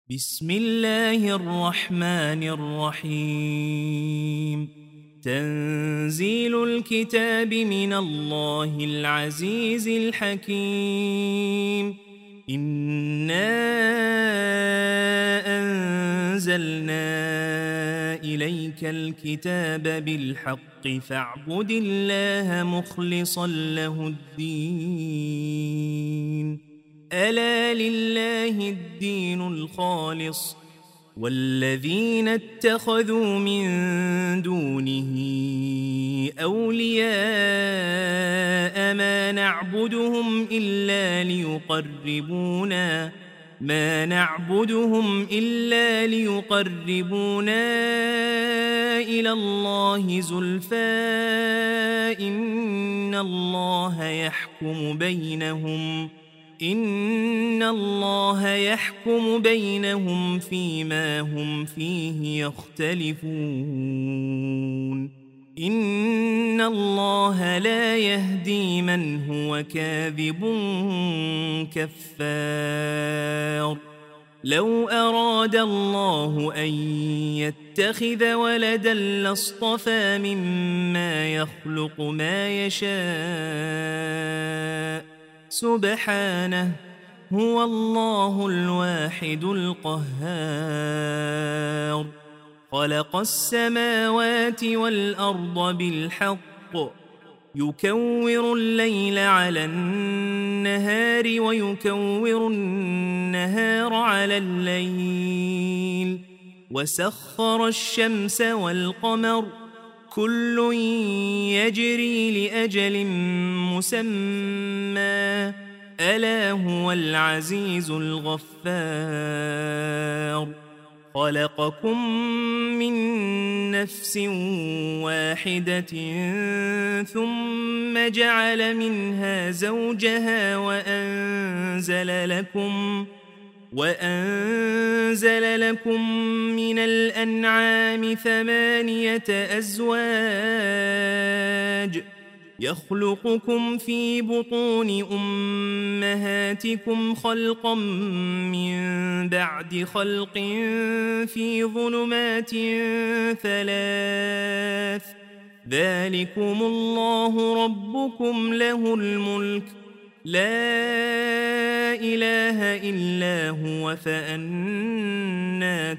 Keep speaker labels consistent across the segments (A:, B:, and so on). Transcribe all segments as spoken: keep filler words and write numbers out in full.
A: بسم الله الرحمن الرحيم. تنزيل الكتاب من الله العزيز الحكيم. إنا أنزلنا إليك الكتاب بالحق فاعبد الله مخلصا له الدين. ألا لله الدين الخالص والذين اتخذوا من دونه أولياء ما نعبدهم إلا ليقربونا ما نعبدهم إلا ليقربونا إلى الله زلفى إن الله يحكم بينهم إن الله يحكم بينهم فيما هم فيه يختلفون. إن الله لا يهدي من هو كاذب كفار. لو أراد الله أن يتخذ ولدا لاصطفى مما يخلق ما يشاء سبحانه هو الله الواحد القهار. خلق السماوات والأرض بالحق يكور الليل على النهار ويكور النهار على الليل وسخر الشمس والقمر كل يجري لأجل مسمى ألا هو العزيز الغفار. خلقكم من نفس واحدة ثم جعل منها زوجها وأنزل لكم وأنزل لكم من الأنعام ثمانية أزواج يخلقكم في بطون أمهاتكم خلقا من بعد خلق في ظلمات ثلاث ذلكم الله ربكم له الملك لا إله إلا هو فأنى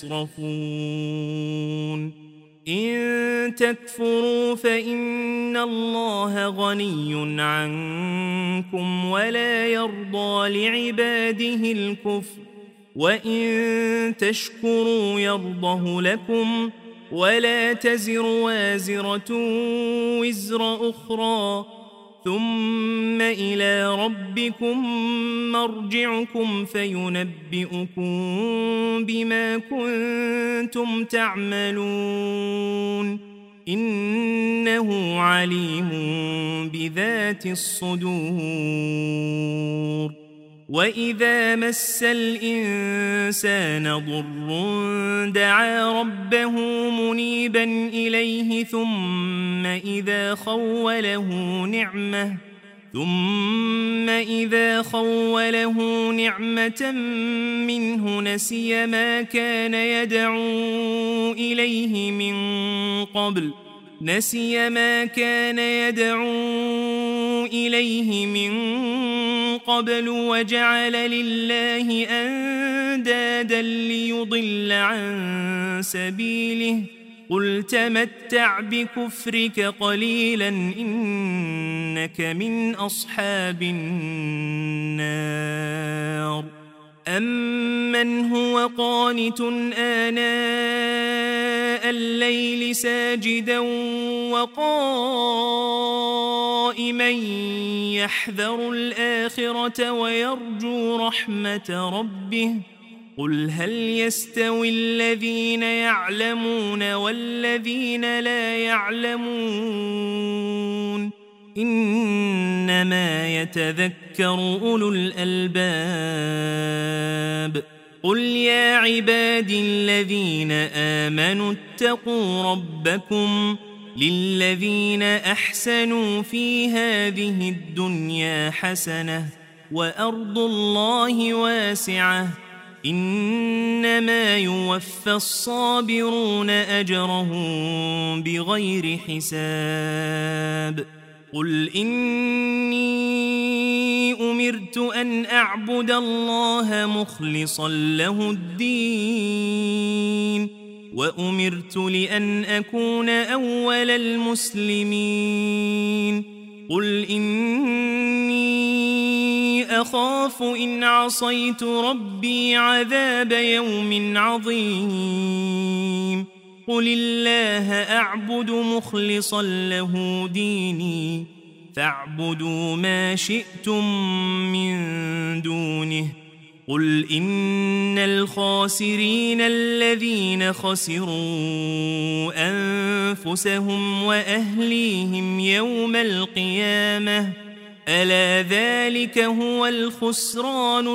A: تصرفون. إن تكفروا فإن الله غني عنكم ولا يرضى لعباده الكفر وإن تشكروا يرضه لكم ولا تزر وازرة وزر أخرى ثم إلى ربكم مرجعكم فينبئكم بما كنتم تعملون إنه عليم بذات الصدور. وإذا مس الإنسان ضر دعا ربه منيبا إليه ثم إذا خوله نعمة ثم إذا خوله نعمة منه نسي ما كان يدعو إليه من قبل نسي ما كان يدعو إليه من قبل وجعل لله أندادا ليضل عن سبيله قل تمتع بكفرك قليلا إنك من أصحاب النار. أمن هو قانت آناء الليل ساجدا وقائما يحذر الآخرة ويرجو رحمة ربه قل هل يستوي الذين يعلمون والذين لا يعلمون إنما يتذكر أولو الألباب. قل يا عبادي الذين آمنوا اتقوا ربكم للذين أحسنوا في هذه الدنيا حسنة وأرض الله واسعة إن إنما يوفى الصابرون أجرهم بغير حساب قل إني أمرت أن أعبد الله مخلصا له الدين وأمرت لأن أكون أول المسلمين قل إني أخاف إن عصيت ربي عذاب يوم عظيم قل الله أعبد مخلصا له ديني فاعبدوا ما شئتم من دونه قل إن الخاسرين الذين خسروا أنفسهم وأهليهم يوم القيامة ألا ذلك هو الخسران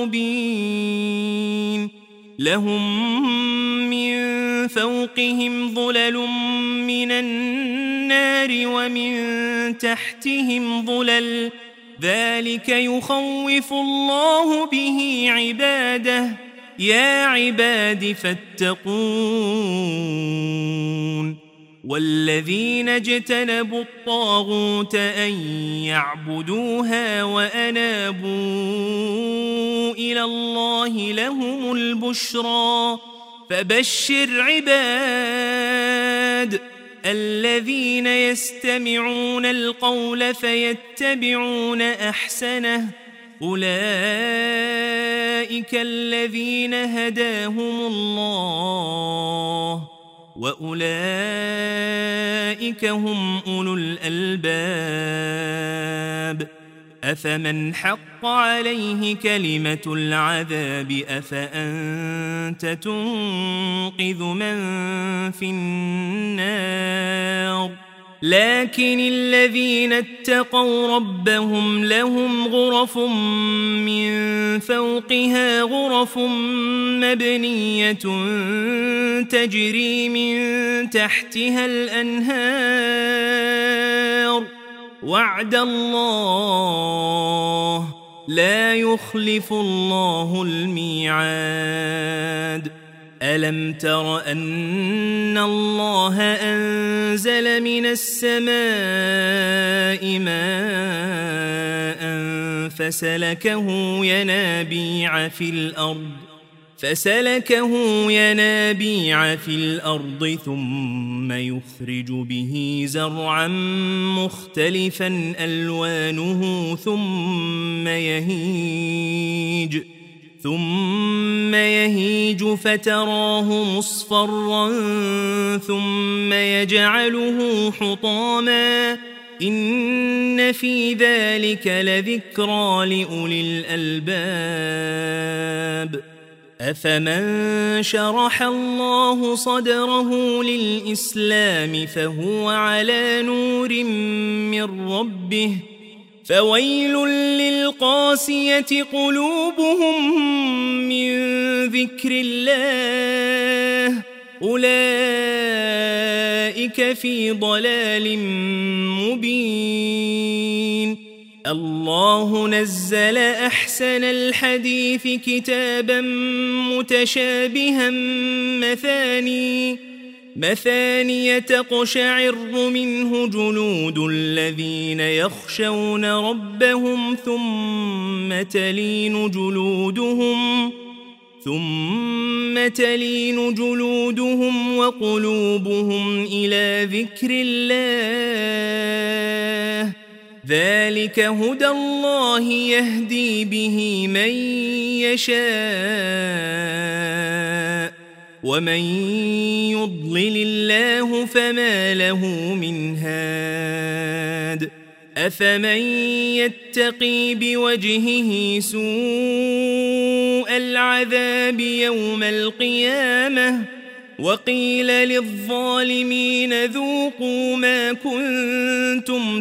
A: المبين لهم من فوقهم ظلل من النار ومن تحتهم ظلل ذلك يخوف الله به عباده يا عباد فاتقون والذين اجتنبوا الطاغوت أن يعبدوها وأنابوا إلى الله لهم البشرى فبشر عباد الذين يستمعون القول فيتبعون أحسنه أولئك الذين هداهم الله وأولئك هم أولو الألباب أفمن حق عليه كلمة العذاب أفأنت تنقذ من في النار لكن الذين اتقوا ربهم لهم غرف من فوقها غرف مبنية تجري من تحتها الأنهار وعد الله لا يخلف الله الميعاد ألم تر أن الله أنزل من السماء ماء فسلكه ينابيع في الأرض فسلكه ينابيع في الأرض ثم يخرج به زرعا مختلفا ألوانه ثم يهيج ثم يهيج فتراه مصفرا ثم يجعله حطاما إن في ذلك لذكرى لأولي الألباب أفمن شرح الله صدره للإسلام فهو على نور من ربه فويل للقاسية قلوبهم من ذكر الله أولئك في ضلال مبين الله نزل أحسن الحديث كتابا متشابها مثاني مثانية تقشعر منه جلود الذين يخشون ربهم ثم تلين جلودهم ثم تلين جلودهم وقلوبهم إلى ذكر الله ذلك هدى الله يهدي به من يشاء ومن يضلل الله فما له من هاد أفمن يتقي بوجهه سوء العذاب يوم القيامة وقيل للظالمين ذوقوا ما كنتم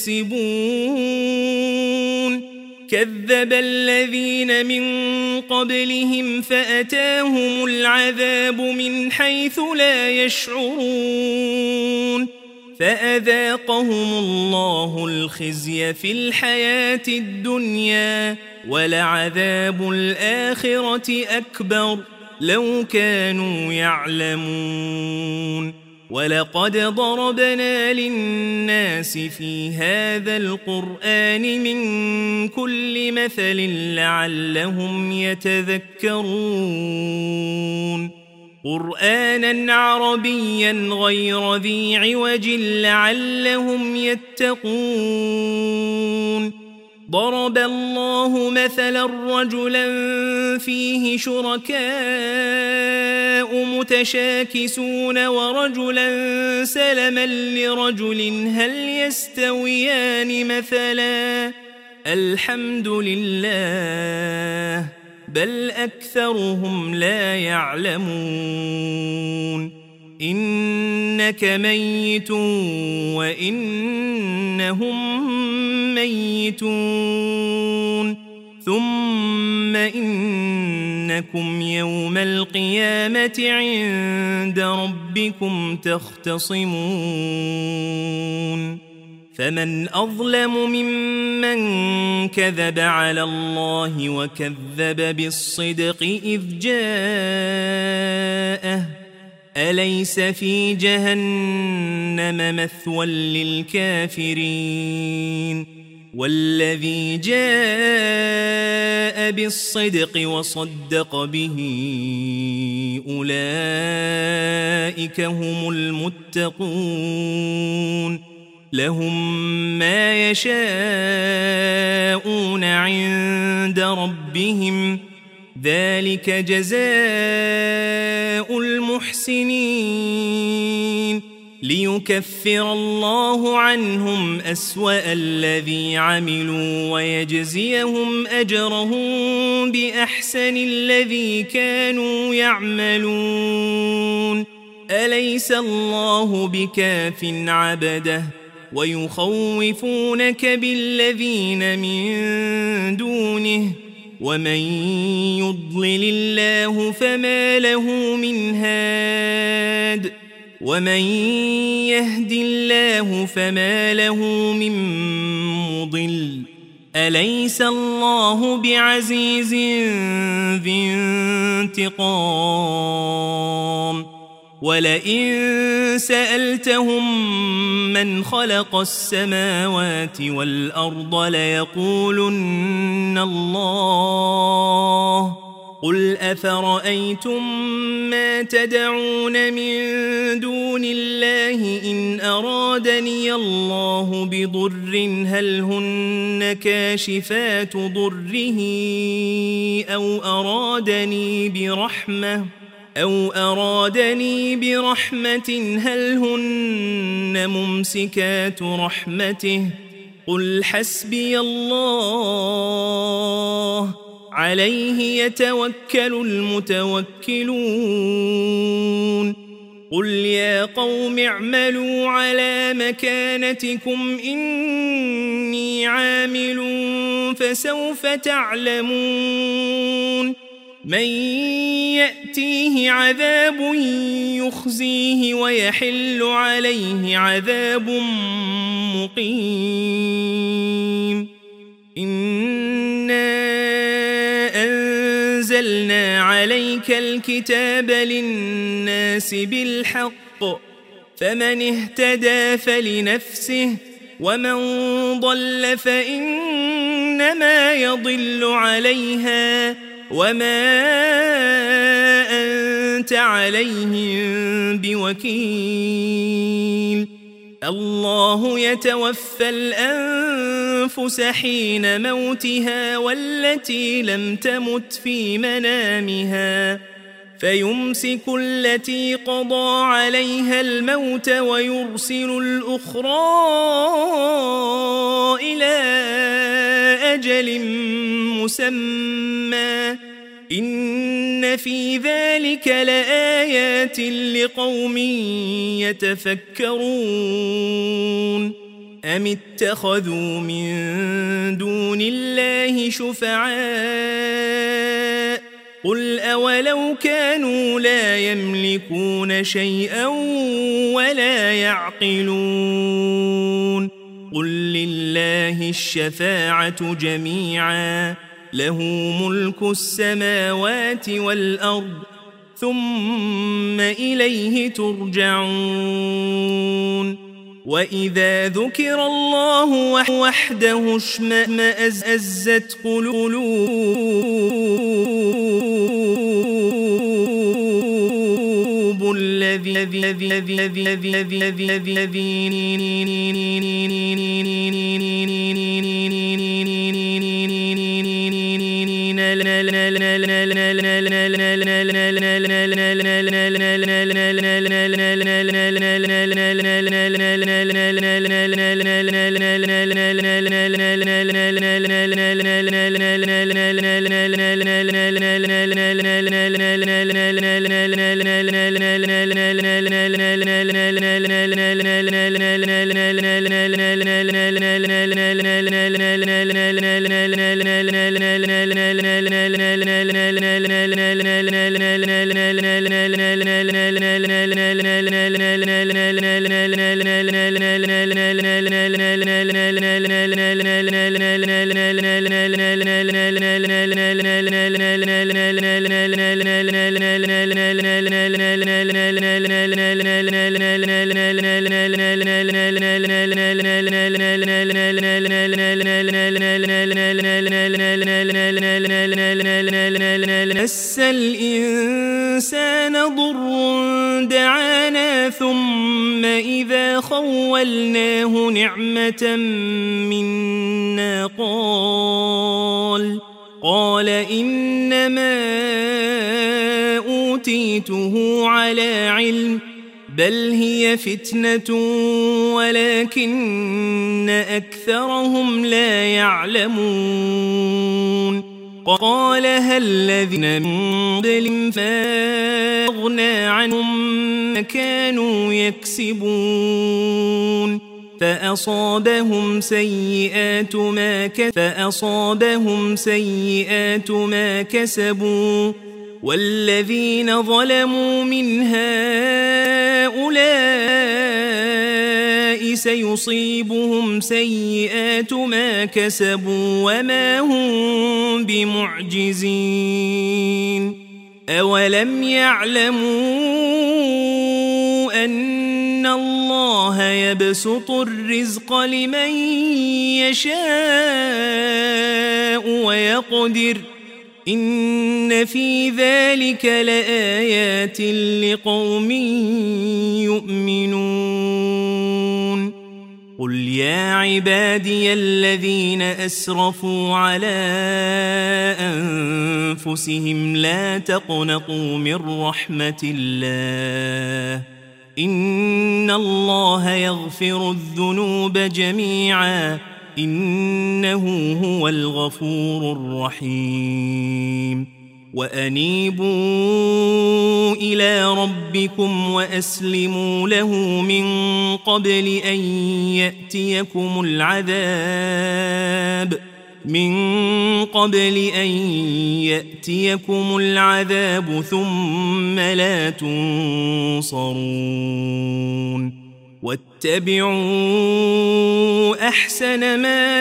A: تكسبون كذب الذين من قبلهم فأتاهم العذاب من حيث لا يشعرون فأذاقهم الله الخزي في الحياة الدنيا ولعذاب الآخرة أكبر لو كانوا يعلمون ولقد ضربنا للناس في هذا القرآن من كل مثل لعلهم يتذكرون قرآنا عربيا غير ذي عوج لعلهم يتقون ضرب الله مثلا رجلا فيه شركاء متشاكسون ورجلا سلما لرجل هل يستويان مثلا الحمد لله بل أكثرهم لا يعلمون إنك ميت وإنهم ميتون ثم إنكم يوم القيامة عند ربكم تختصمون فمن أظلم ممن كذب على الله وكذب بالصدق إذ جاءه أليس في جهنم مثوى للكافرين والذي جاء بالصدق وصدق به أولئك هم المتقون لهم ما يشاءون عند ربهم ذلك جزاء المحسنين ليكفر الله عنهم أسوأ الذي عملوا ويجزيهم أجرهم بأحسن الذي كانوا يعملون أليس الله بكاف عبده ويخوفونك بالذين من دونه ومن يضلل الله فما له من هاد ومن يهد الله فما له من مضل أليس الله بعزيز ذي انتقام ولئن سألتهم من خلق السماوات والأرض ليقولن الله قل أفرأيتم ما تدعون من دون الله إن أرادني الله بضر هل هن كاشفات ضره أو أرادني برحمة أو أرادني برحمة هل هن ممسكات رحمته قل حسبي الله عليه يتوكل المتوكلون قل يا قوم اعملوا على مكانتكم إني عامل فسوف تعلمون من يأتيه عذاب يخزيه ويحل عليه عذاب مقيم إنا أنزلنا عليك الكتاب للناس بالحق فمن اهتدى فلنفسه ومن ضل فإنما يضل عليها وما أنت عليهم بوكيل الله يتوفى الأنفس حين موتها والتي لم تمت في منامها فيمسك التي قضى عليها الموت ويرسل الأخرى إلى أجل مسمى إن في ذلك لآيات لقوم يتفكرون أم اتخذوا من دون الله شفعاء قل أولو كانوا لا يملكون شيئا ولا يعقلون قل لله الشفاعة جميعا له ملك السماوات والأرض ثم إليه ترجعون وإذا ذكر الله وحده اشمأزت قلوب مس الإنسان ضر دعانا ثم إذا خولناه نعمة منا قال قال إنما أوتيته على علم بل هي فتنة ولكن أكثرهم لا يعلمون قال هل الذين من قبلهم فأغنى عنهم ما كانوا يكسبون فأصابهم سيئات ما كسبوا فأصابهم سيئات ما كسبوا والذين ظلموا من هؤلاء سيصيبهم سيئات ما كسبوا وما هم بمعجزين أولم يعلموا أن الله يبسط الرزق لمن يشاء ويقدر إن في ذلك لآيات لقوم يؤمنون قل يا عبادي الذين أسرفوا على أنفسهم لا تقنطوا من رحمة الله إن الله يغفر الذنوب جميعا إنه هو الغفور الرحيم وأنيبوا إلى ربكم وأسلموا له من قبل أن يأتيكم العذاب من قبل أن يأتيكم العذاب ثم لا تنصرون واتبعوا أحسن ما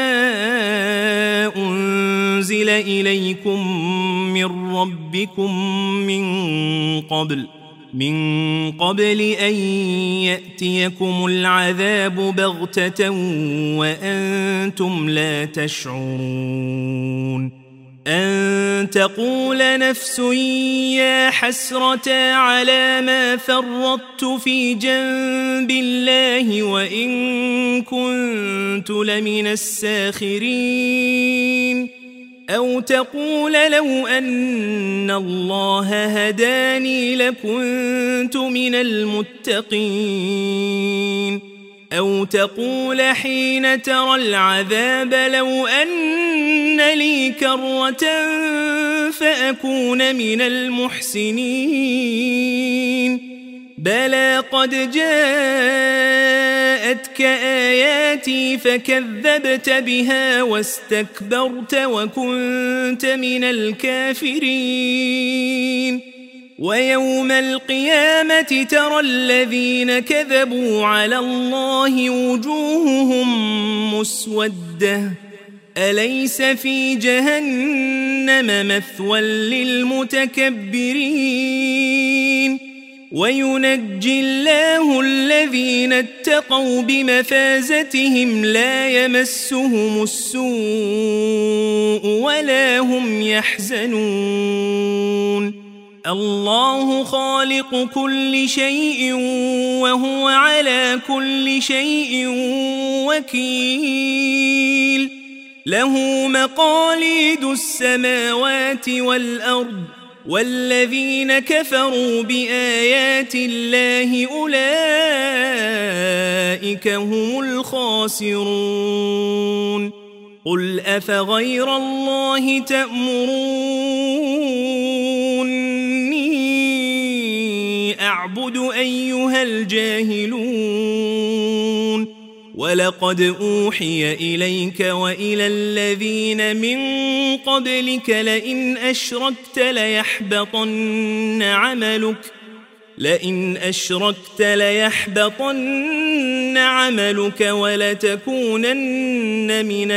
A: أنزل إليكم من ربكم من قبل من قبل أن يأتيكم العذاب بغتة وأنتم لا تشعرون أن تقول نفس يا حسرة على ما فرطت في جنب الله وإن كنت لمن الساخرين أو تقول لو أن الله هداني لكنت من المتقين أو تقول حين ترى العذاب لو أن لي كرة فأكون من المحسنين بلى قد جاءتك آياتي فكذبت بها واستكبرت وكنت من الكافرين ويوم القيامة ترى الذين كذبوا على الله وجوههم مسودة أليس في جهنم مثوى للمتكبرين وينجي الله الذين اتقوا بمفازتهم لا يمسهم السوء ولا هم يحزنون الله خالق كل شيء وهو على كل شيء وكيل له مقاليد السماوات والأرض والذين كفروا بآيات الله أولئك هم الخاسرون قل أفغير الله تأمروني أعبد أيها الجاهلون ولقد أوحي إليك وإلى الذين من قبلك لئن أشركت ليحبطن عملك لئن أشركت ليحبطن عملك ولتكونن من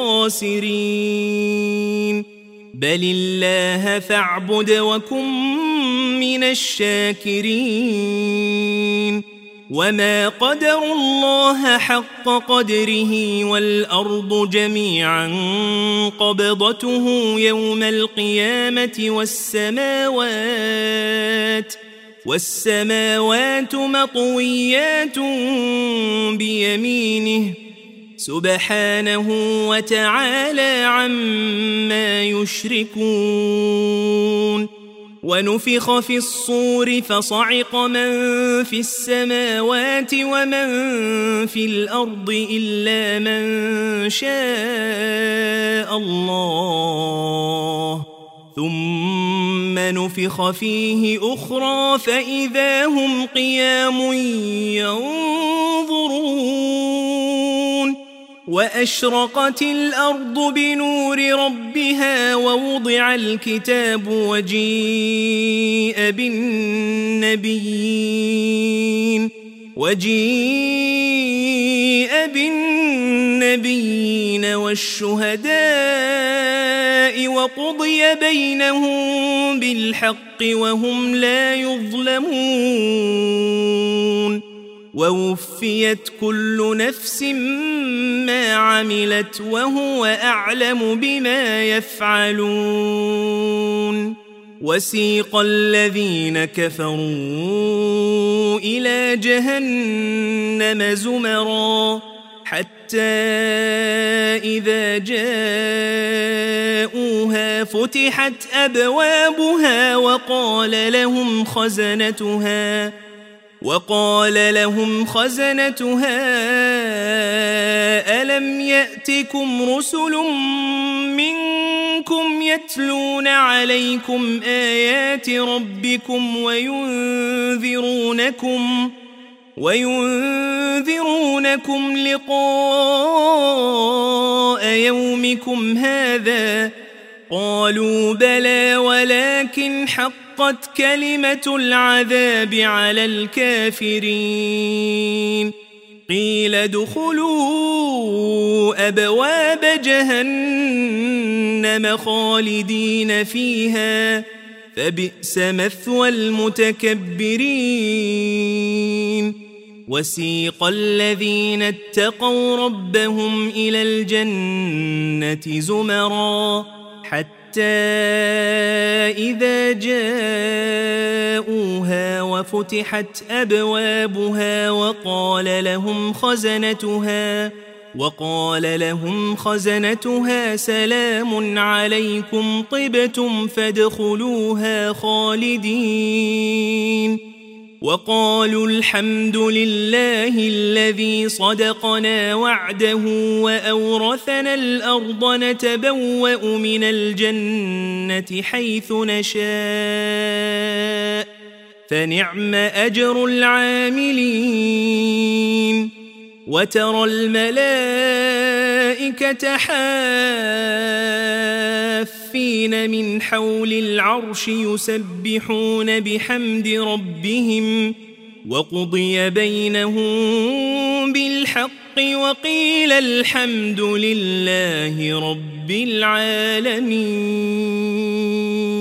A: الخاسرين بل الله فاعبد وكن من الشاكرين وما قدروا الله حق قدره والأرض جميعا قبضته يوم القيامة والسماوات والسماوات مطويات بيمينه سبحانه وتعالى عما يشركون ونفخ في الصور فصعق من في السماوات ومن في الأرض إلا من شاء الله ثم نفخ فيه أخرى فإذا هم قيام ينظرون وأشرقت الأرض بنور ربها ووضع الكتاب وجيء بالنبيين وجيء بالنبيين والشهداء وقضي بينهم بالحق وهم لا يظلمون ووفيت كل نفس ما عملت وهو أعلم بما يفعلون وسيق الذين كفروا إلى جهنم زمرا حتى إذا جاءوها فتحت أبوابها وقال لهم خزنتها وقال لهم خزنتها ألم يأتكم رسل منكم يتلون عليكم آيات ربكم وينذرونكم وينذرونكم لقاء يومكم هذا قالوا بلى ولكن حقت كلمة العذاب على الكافرين قيل ادخلوا أبواب جهنم خالدين فيها فبئس مثوى المتكبرين وسيق الذين اتقوا ربهم إلى الجنة زمرا حتى إذا جاءوها وفتحت أبوابها وقال لهم خزنتها وقال لهم خزنتها سلام عليكم طبتم فادخلوها خالدين وقالوا الحمد لله الذي صدقنا وعده وأورثنا الأرض نتبوأ من الجنة حيث نشاء فنعم أجر العاملين وترى الملائكة حافين من حول العرش يسبحون بحمد ربهم وقضي بينهم بالحق وقيل الحمد لله رب العالمين.